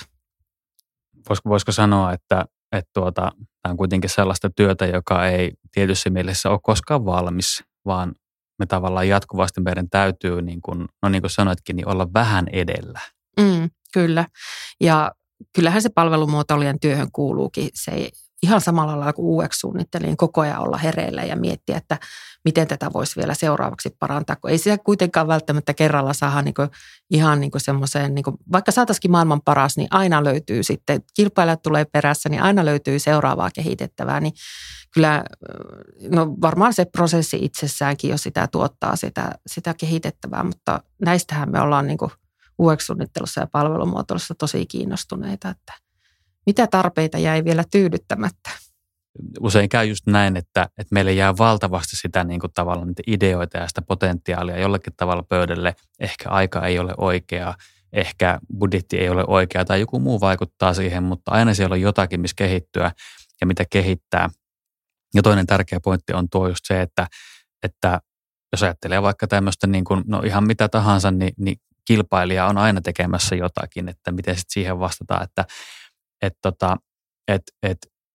Voisiko, voisiko sanoa, että, että tuota, tämä on kuitenkin sellaista työtä, joka ei tietyssä mielessä ole koskaan valmis, vaan me tavallaan jatkuvasti meidän täytyy, niin kuin, no niin kuin sanoitkin, niin olla vähän edellä. Mm, kyllä. Ja kyllähän se palvelumuotoilijan työhön kuuluukin. Se ei ihan samalla lailla kuin U X-suunnittelijan koko ajan olla hereillä ja miettiä, että miten tätä voisi vielä seuraavaksi parantaa. Kun ei sitä kuitenkaan välttämättä kerralla saada niin kuin ihan niin kuin semmoiseen, niin kuin, vaikka saataisiin maailman paras, niin aina löytyy sitten, kilpailijat tulee perässä, niin aina löytyy seuraavaa kehitettävää. Niin kyllä, no varmaan se prosessi itsessäänkin jo sitä tuottaa sitä, sitä kehitettävää, mutta näistähän me ollaan niin kuin U X-suunnittelussa ja palvelumuotoilussa tosi kiinnostuneita, että mitä tarpeita jäi vielä tyydyttämättä? Usein käy just näin, että, että meille jää valtavasti sitä niin kuin tavallaan niitä ideoita ja sitä potentiaalia jollakin tavalla pöydälle. Ehkä aika ei ole oikea, ehkä budjetti ei ole oikea tai joku muu vaikuttaa siihen, mutta aina siellä on jotakin, missä kehittyä ja mitä kehittää. Ja toinen tärkeä pointti on tuo just se, että, että jos ajattelee vaikka tämmöistä niin kuin, no ihan mitä tahansa, niin, niin kilpailija on aina tekemässä jotakin, että miten sitten siihen vastataan, että Että tota, et, et,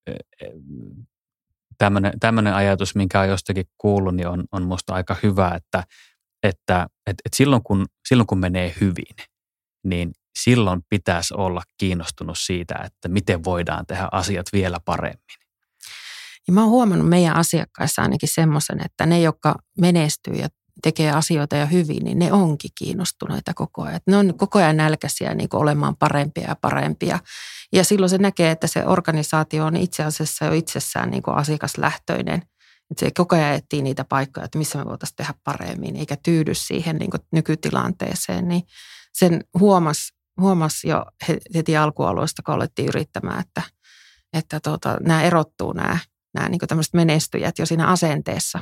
tämmöinen ajatus, minkä on jostakin kuullut, niin on, on musta aika hyvä, että, että et, et silloin, kun, silloin kun menee hyvin, niin silloin pitäisi olla kiinnostunut siitä, että miten voidaan tehdä asiat vielä paremmin. Ja mä oon huomannut meidän asiakkaissa ainakin semmoisen, että ne, jotka menestyy ja tekee asioita ja hyvin, niin ne onkin kiinnostuneita koko ajan. Ne on koko ajan nälkäisiä niin kuin olemaan parempia ja parempia. Ja silloin se näkee, että se organisaatio on itse asiassa jo itsessään niin kuin asiakaslähtöinen. Että se koko ajan etsii niitä paikkoja, että missä me voitaisiin tehdä paremmin, eikä tyydy siihen niin kuin nykytilanteeseen. Niin sen huomasi huomas jo heti alkualueesta, kun alettiin yrittämään, että, että tuota, nämä erottuu nämä, nämä niin kuin tämmöiset menestyjät jo siinä asenteessa.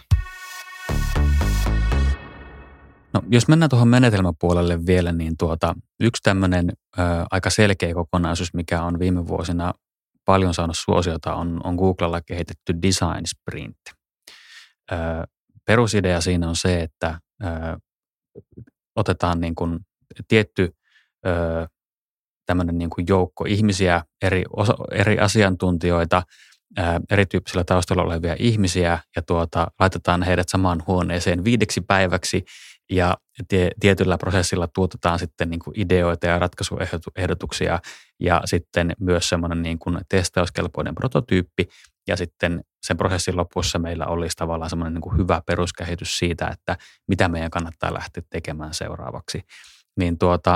No, jos mennään tuohon menetelmäpuolelle vielä, niin tuota, yksi tämmöinen ö, aika selkeä kokonaisuus, mikä on viime vuosina paljon saanut suosiota, on, on Googlella kehitetty Design Sprint. Ö, perusidea siinä on se, että ö, otetaan niin kuin tietty ö, tämmöinen niin kuin joukko ihmisiä, eri, osa, eri asiantuntijoita, ö, erityyppisillä taustalla olevia ihmisiä ja tuota, laitetaan heidät samaan huoneeseen viideksi päiväksi. ja tie, tietyllä prosessilla tuotetaan sitten niin kuin ideoita ja ratkaisuehdotuksia ja sitten myös semmoinen niin kuin testauskelpoinen prototyyppi ja sitten sen prosessin lopussa meillä olisi tavallaan semmoinen niin kuin hyvä peruskäsitys siitä, että mitä meidän kannattaa lähteä tekemään seuraavaksi. Niin tuota,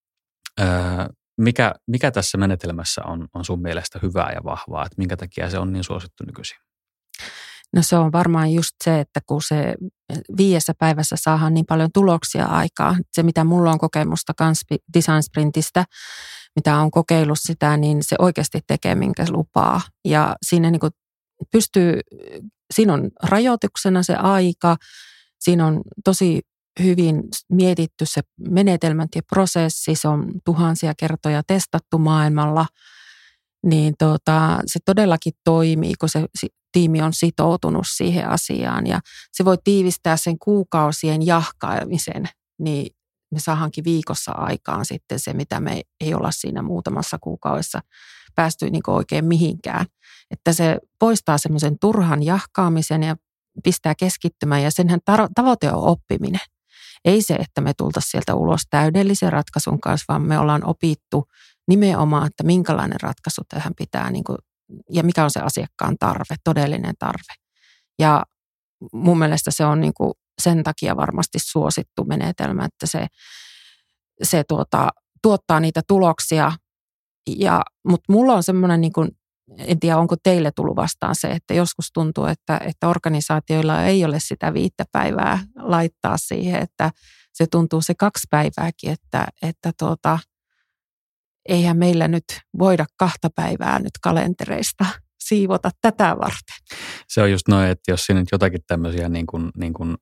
mikä, mikä tässä menetelmässä on, on sun mielestä hyvää ja vahvaa, että minkä takia se on niin suosittu nykyisin? No se on varmaan just se, että kun se viidessä päivässä saadaan niin paljon tuloksia aikaa, se mitä mulla on kokemusta kans Design Sprintistä, mitä on kokeillut sitä, niin se oikeasti tekee minkä lupaa. Ja siinä niin kuin pystyy, siinä on rajoituksena se aika, siinä on tosi hyvin mietitty se menetelmät ja prosessi, se on tuhansia kertoja testattu maailmalla, niin tota, se todellakin toimii, kun se tiimi on sitoutunut siihen asiaan ja se voi tiivistää sen kuukausien jahkaamisen, niin me saadaankin viikossa aikaan sitten se, mitä me ei olla siinä muutamassa kuukaudessa päästy niin kuin oikein mihinkään. Että se poistaa semmoisen turhan jahkaamisen ja pistää keskittymään ja senhän tavoite on oppiminen. Ei se, että me tultaisiin sieltä ulos täydellisen ratkaisun kanssa, vaan me ollaan opittu nimenomaan, että minkälainen ratkaisu tähän pitää niin kuin, ja mikä on se asiakkaan tarve, todellinen tarve. Ja mun mielestä se on niin kuin sen takia varmasti suosittu menetelmä, että se, se tuota, tuottaa niitä tuloksia. Ja, mutta mulla on semmoinen, niin kuin, en tiedä onko teille tullut vastaan se, että joskus tuntuu, että, että organisaatioilla ei ole sitä viittä päivää laittaa siihen, että se tuntuu se kaksi päivääkin, että, että tuota, eihän meillä nyt voida kahta päivää nyt kalentereista siivota tätä varten. Se on just noin, että jos siinä nyt jotakin tämmöisiä niin kuin, niin kuin,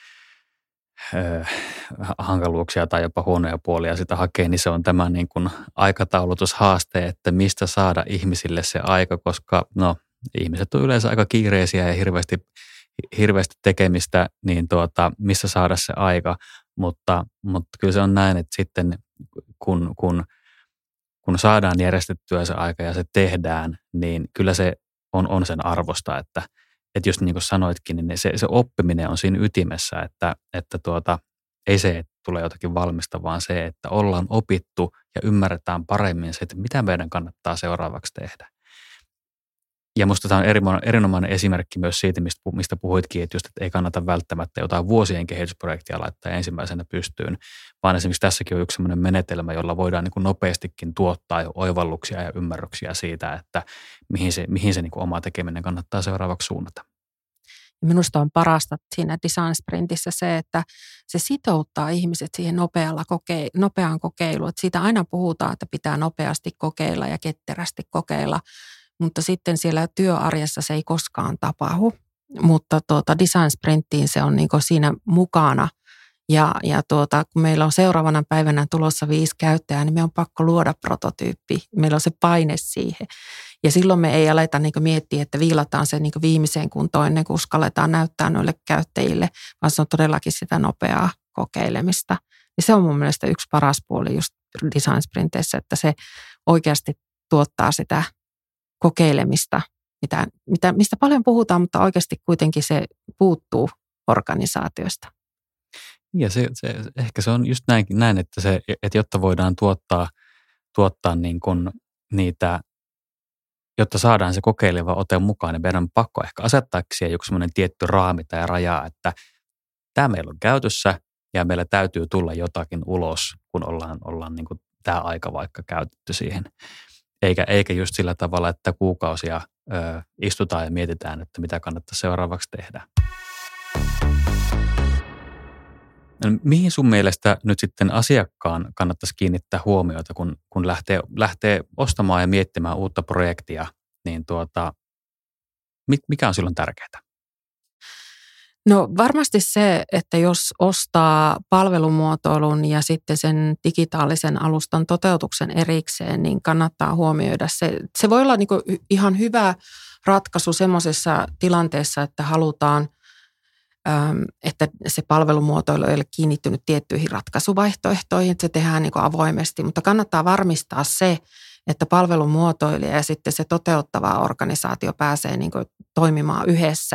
äh, hankaluuksia tai jopa huonoja puolia sitä hakee, niin se on tämä niin kuin aikataulutushaaste, että mistä saada ihmisille se aika, koska no, ihmiset on yleensä aika kiireisiä ja hirveästi, hirveästi tekemistä, niin tuota, missä saada se aika, mutta, mutta kyllä se on näin, että sitten kun, kun kun saadaan järjestettyä se aika ja se tehdään, niin kyllä se on, on sen arvosta, että, että just niin kuin sanoitkin, niin se, se oppiminen on siinä ytimessä, että, että tuota, ei se, että tulee jotakin valmista, vaan se, että ollaan opittu ja ymmärretään paremmin se, että mitä meidän kannattaa seuraavaksi tehdä. Ja musta tämä on erinomainen esimerkki myös siitä, mistä puhuitkin, että just että ei kannata välttämättä jotain vuosien kehitysprojektia laittaa ensimmäisenä pystyyn, vaan esimerkiksi tässäkin on yksi sellainen menetelmä, jolla voidaan niin kuin nopeastikin tuottaa jo oivalluksia ja ymmärryksiä siitä, että mihin se, mihin se niin kuin oma tekeminen kannattaa seuraavaksi suunnata. Minusta on parasta siinä Design Sprintissä se, että se sitouttaa ihmiset siihen nopealla koke- nopeaan kokeiluun. Että siitä aina puhutaan, että pitää nopeasti kokeilla ja ketterästi kokeilla, mutta sitten siellä työarjessa se ei koskaan tapahdu. Mutta tuota, Design Sprinttiin se on niin kuin siinä mukana. Ja, ja tuota, kun meillä on seuraavana päivänä tulossa viisi käyttäjää, niin me on pakko luoda prototyyppi. Meillä on se paine siihen. Ja silloin me ei aleta niin kuin miettiä, että viilataan se niin kuin viimeiseen kuntoon ennen kuin uskalletaan näyttää noille käyttäjille, vaan se on todellakin sitä nopeaa kokeilemista. Ja se on mun mielestä yksi paras puoli just Design Sprinteissä, että se oikeasti tuottaa sitä kokeilemista, mitä, mitä, mistä paljon puhutaan, mutta oikeasti kuitenkin se puuttuu organisaatiosta. Ja se, se, ehkä se on just näin, näin että, se, että jotta voidaan tuottaa, tuottaa niin kuin niitä, jotta saadaan se kokeileva ote mukaan, niin meidän on pakko ehkä asettaa siihen joku semmoinen tietty raami tai raja, että tämä meillä on käytössä ja meillä täytyy tulla jotakin ulos, kun ollaan, ollaan niin kuin tämä aika vaikka käytetty siihen. Eikä, eikä just sillä tavalla, että kuukausia ö, istutaan ja mietitään, että mitä kannattaa seuraavaksi tehdä. Mihin sun mielestä nyt sitten asiakkaan kannattaisi kiinnittää huomiota, kun, kun lähtee, lähtee ostamaan ja miettimään uutta projektia, niin tuota, mikä on silloin tärkeää? No varmasti se, että jos ostaa palvelumuotoilun ja sitten sen digitaalisen alustan toteutuksen erikseen, niin kannattaa huomioida se. Se voi olla niin kuin ihan hyvä ratkaisu semmoisessa tilanteessa, että halutaan, että se palvelumuotoilu ei ole kiinnittynyt tiettyihin ratkaisuvaihtoehtoihin, että se tehdään niin kuin avoimesti, mutta kannattaa varmistaa se, että palvelumuotoilija ja sitten se toteuttava organisaatio pääsee niin kuin toimimaan yhdessä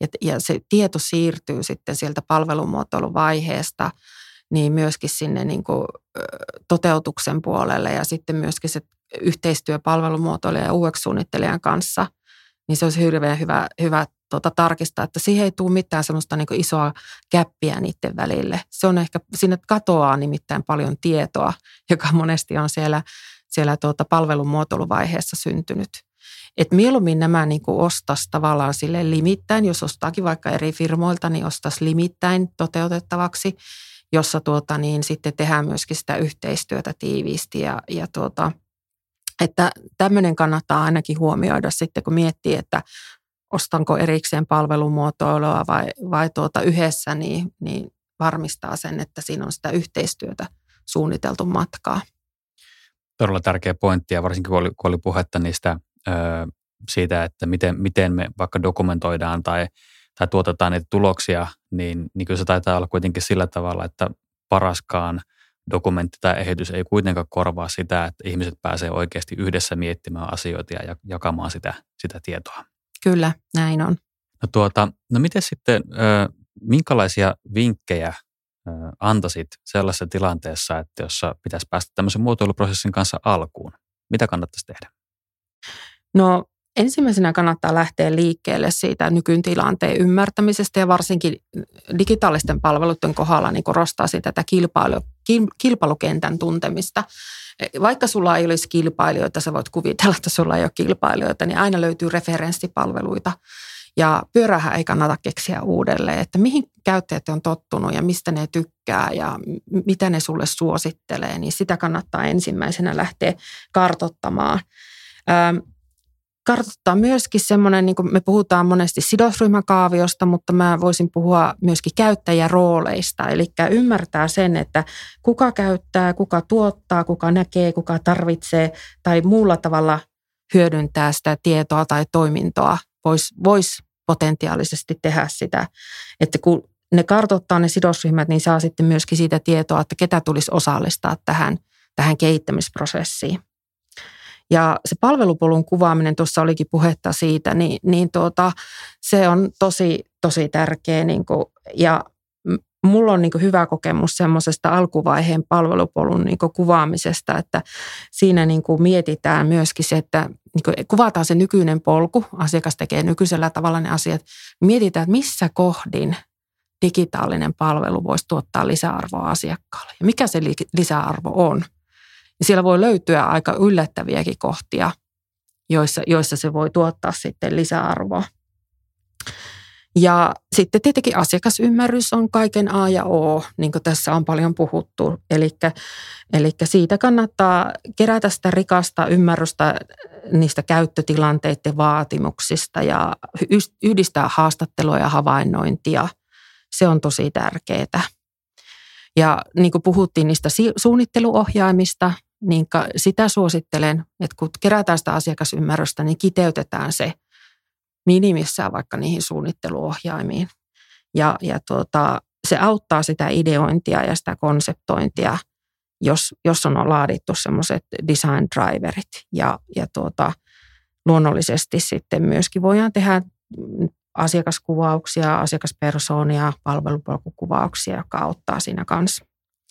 ja, ja se tieto siirtyy sitten sieltä palvelumuotoiluvaiheesta niin myöskin sinne niin kuin toteutuksen puolelle ja sitten myöskin se yhteistyö palvelumuotoilijan ja U X-suunnittelijan kanssa, niin se olisi hirveän hyvä, hyvä tuota, tarkistaa, että siihen ei tule mitään semmoista niin kuin isoa käppiä niiden välille. Se on ehkä, sinne katoaa nimittäin paljon tietoa, joka monesti on siellä, siellä tuota palvelumuotoiluvaiheessa syntynyt. Et mieluummin nämä niin kuin ostaisi tavallaan sille limittäin, jos ostaakin vaikka eri firmoilta, niin ostaisi limittäin toteutettavaksi, jossa tuota, niin sitten tehdään myöskin sitä yhteistyötä tiiviisti ja, ja tuota, että tämmöinen kannattaa ainakin huomioida sitten, kun miettii, että ostanko erikseen palvelumuotoilua vai, vai tuota yhdessä, niin, niin varmistaa sen, että siinä on sitä yhteistyötä suunniteltu matkaa. Todella tärkeä pointti ja varsinkin kun oli, kun oli puhetta niistä ö, siitä, että miten, miten me vaikka dokumentoidaan tai, tai tuotetaan niitä tuloksia, niin, niin kyllä se taitaa olla kuitenkin sillä tavalla, että paraskaan dokumentti tai ehdotus ei kuitenkaan korvaa sitä, että ihmiset pääsee oikeasti yhdessä miettimään asioita ja jakamaan sitä, sitä tietoa. Kyllä, näin on. No, tuota, no miten sitten, minkälaisia vinkkejä antaisit sellaisessa tilanteessa, että jos pitäisi päästä tämmöisen muotoiluprosessin kanssa alkuun? Mitä kannattaisi tehdä? No ensimmäisenä kannattaa lähteä liikkeelle siitä nykytilanteen ymmärtämisestä ja varsinkin digitaalisten palveluiden kohdalla niin korostaa sitä tätä kilpailu, kilpailukentän tuntemista. Vaikka sulla ei olisi kilpailijoita, sä voit kuvitella, että sulla ei ole kilpailijoita, niin aina löytyy referenssipalveluita. Ja pyörähän ei kannata keksiä uudelleen, että mihin käyttäjät on tottunut ja mistä ne tykkää ja mitä ne sulle suosittelee, niin sitä kannattaa ensimmäisenä lähteä kartoittamaan. Ähm, Kartoittaa myöskin semmoinen, niin kuin me puhutaan monesti sidosryhmäkaaviosta, mutta mä voisin puhua myöskin käyttäjärooleista. Eli ymmärtää sen, että kuka käyttää, kuka tuottaa, kuka näkee, kuka tarvitsee tai muulla tavalla hyödyntää sitä tietoa tai toimintoa. Voisi vois potentiaalisesti tehdä sitä, että kun ne kartoittaa ne sidosryhmät, niin saa sitten myöskin siitä tietoa, että ketä tulisi osallistaa tähän, tähän kehittämisprosessiin. Ja se palvelupolun kuvaaminen, tuossa olikin puhetta siitä, niin, niin tuota, se on tosi, tosi tärkeä. Niin kuin, ja mulla on niin kuin hyvä kokemus semmoisesta alkuvaiheen palvelupolun niin kuin kuvaamisesta, että siinä niin kuin mietitään myöskin se, että niin kuin kuvataan se nykyinen polku, asiakas tekee nykyisellä tavalla ne asiat, mietitään, että missä kohdin digitaalinen palvelu voisi tuottaa lisäarvoa asiakkaalle ja mikä se lisäarvo on. Ja siellä voi löytyä aika yllättäviäkin kohtia, joissa, joissa se voi tuottaa sitten lisäarvoa. Ja sitten tietenkin asiakasymmärrys on kaiken A ja O, niin kuin tässä on paljon puhuttu. Eli, eli siitä kannattaa kerätä sitä rikasta ymmärrystä niistä käyttötilanteiden vaatimuksista ja yhdistää haastattelua ja havainnointia. Se on tosi tärkeää. Ja niin kuin puhuttiin niistä suunnitteluohjaimista, niin sitä suosittelen, että kun kerätään sitä asiakasymmärrystä, niin kiteytetään se minimissään vaikka niihin suunnitteluohjaimiin. Ja, ja tuota, se auttaa sitä ideointia ja sitä konseptointia, jos, jos on laadittu semmoiset design driverit. Ja, ja tuota, luonnollisesti sitten myöskin voidaan tehdä asiakaskuvauksia, asiakaspersoonia, palvelupolkukuvauksia, jotka auttaa siinä kanssa.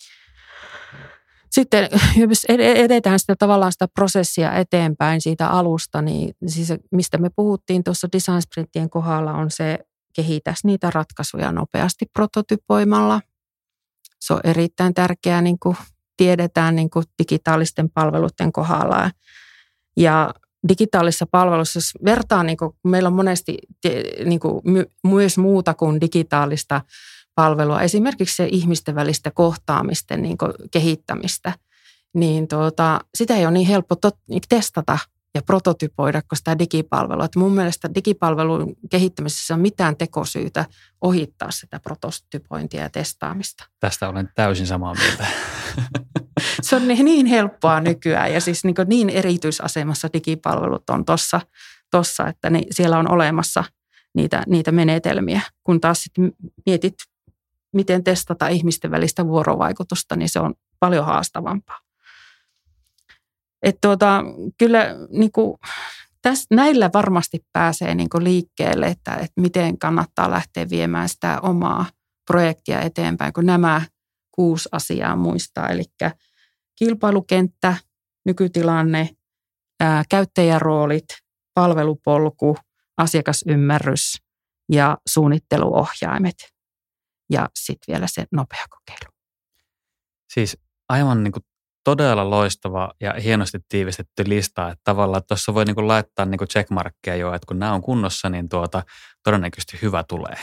Sitten jos edetään sitä tavallaan sitä prosessia eteenpäin siitä alusta, niin siis mistä me puhuttiin tuossa design sprintien kohdalla on se, kehitäisi niitä ratkaisuja nopeasti prototypoimalla. Se on erittäin tärkeää, niin kuin tiedetään niin kuin digitaalisten palveluiden kohdalla. Ja digitaalisessa palvelussa, jos vertaa, niin kuin, meillä on monesti niin kuin, myös muuta kuin digitaalista palvelua, esimerkiksi se ihmisten välistä kohtaamisten niin kuin, kehittämistä, niin tuota, sitä ei ole niin helppo tot, testata ja prototypoida kuin sitä digipalvelua. Että mun mielestä digipalvelun kehittämisessä on mitään tekosyytä ohittaa sitä prototypointia ja testaamista. Tästä olen täysin samaa mieltä. Se on niin helppoa nykyään ja siis niin, niin erityisasemassa digipalvelut on tuossa, tossa, että ne, siellä on olemassa niitä, niitä menetelmiä. Kun taas sitten mietit, miten testata ihmisten välistä vuorovaikutusta, niin se on paljon haastavampaa. Että tuota, kyllä niin kuin täs, näillä varmasti pääsee niin kuin liikkeelle, että, että miten kannattaa lähteä viemään sitä omaa projektia eteenpäin, kun nämä kuusi asiaa muistaa. Eli kilpailukenttä, nykytilanne, ää, käyttäjäroolit, palvelupolku, asiakasymmärrys ja suunnitteluohjaimet. Ja sitten vielä se nopea kokeilu. Siis aivan niin kuin todella loistava ja hienosti tiivistetty lista, että tavallaan tuossa voi niin kuin laittaa niin kuin checkmarkkeja jo, että kun nämä on kunnossa, niin tuota, todennäköisesti hyvä tulee.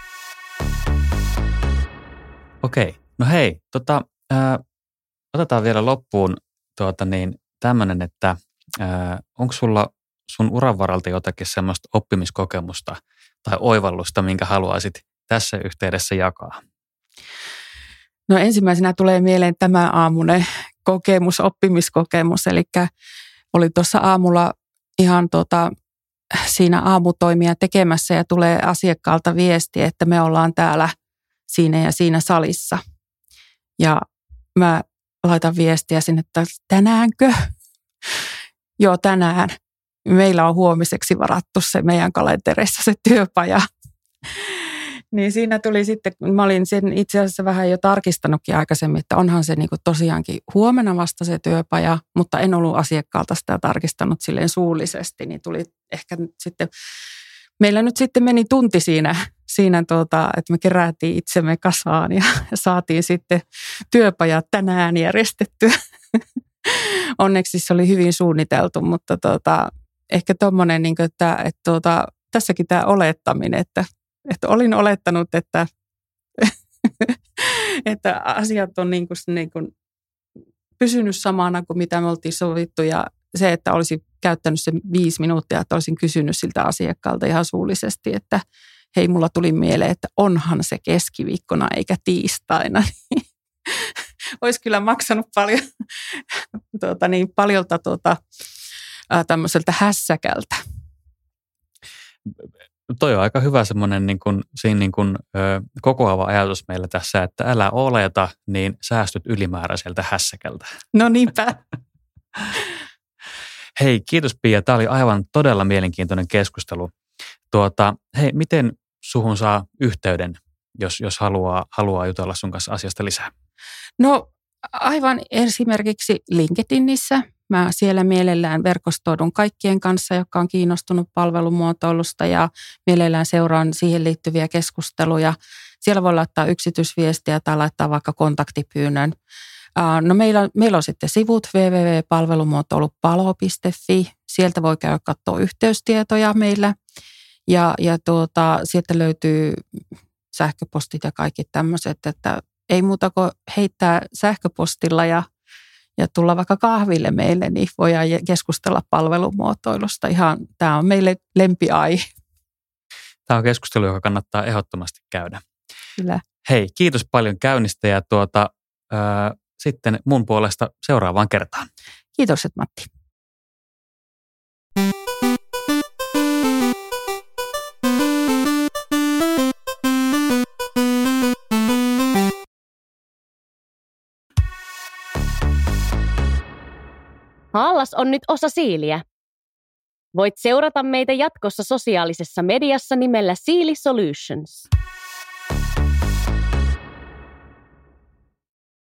Okei, no hei, tota, ää, otetaan vielä loppuun tuota niin, tämmöinen, että onko sulla sun uran varalta jotakin semmoista oppimiskokemusta tai oivallusta, minkä haluaisit tässä yhteydessä jakaa? No ensimmäisenä tulee mieleen tämä aamunen kokemus, oppimiskokemus, eli oli tuossa aamulla ihan tota, siinä aamutoimia tekemässä ja tulee asiakkaalta viesti, että me ollaan täällä siinä ja siinä salissa. Ja mä laitan viestiä sinne, että tänäänkö? Joo, tänään. Meillä on huomiseksi varattu se meidän kalenterissa se työpaja. Niin siinä tuli sitten, mä olin sen itse asiassa vähän jo tarkistanutkin aikaisemmin, että onhan se niin kuin tosiaankin huomenna vasta se työpaja, mutta en ollut asiakkaalta sitä tarkistanut silleen suullisesti, niin tuli ehkä nyt sitten, meillä nyt sitten meni tunti siinä, siinä tuota, että me kerättiin itsemme kasaan ja saatiin sitten työpaja tänään järjestettyä. Onneksi se oli hyvin suunniteltu, mutta tuota, ehkä tuommoinen, niin että, että tuota, tässäkin tämä olettaminen, että Että olin olettanut, että, että asiat on niin kuin, niin kuin pysynyt samana kuin mitä me oltiin sovittu. Ja se, että olisin käyttänyt sen viisi minuuttia, että olisin kysynyt siltä asiakkaalta ihan suullisesti, että hei, mulla tuli mieleen, että onhan se keskiviikkona eikä tiistaina. Olisi kyllä maksanut paljon, tuota, niin paljolta tuota, tämmöiseltä hässäkältä. Toi on aika hyvä semmoinen niin kuin, siinä niin kuin, ö, kokoava ajatus meillä tässä, että älä oleta, niin säästyt ylimääräiseltä hässäkältä. No niinpä. Hei, kiitos Pia. Tämä oli aivan todella mielenkiintoinen keskustelu. Tuota, hei, miten suhun saa yhteyden, jos, jos haluaa, haluaa jutella sun kanssa asiasta lisää? No aivan esimerkiksi LinkedInissä. Mä siellä mielellään verkostoidun kaikkien kanssa, jotka on kiinnostunut palvelumuotoilusta ja mielellään seuraan siihen liittyviä keskusteluja. Siellä voi laittaa yksityisviestiä tai laittaa vaikka kontaktipyynnön. No meillä on, meillä on sitten sivut double-u double-u double piste palvelumuotoilupalo piste fi. Sieltä voi käydä katsoa yhteystietoja meillä ja, ja tuota, sieltä löytyy sähköpostit ja kaikki tämmöiset, että ei muuta kuin heittää sähköpostilla ja ja tulla vaikka kahville meille, niin voidaan keskustella palvelumuotoilusta. Ihan, tämä on meille lempiaihe. Tämä on keskustelu, joka kannattaa ehdottomasti käydä. Kyllä. Hei, kiitos paljon käynnistä ja tuota, äh, sitten mun puolesta seuraavaan kertaan. Kiitokset, Matti. Haallas on nyt osa Siiliä. Voit seurata meitä jatkossa sosiaalisessa mediassa nimellä Siili Solutions.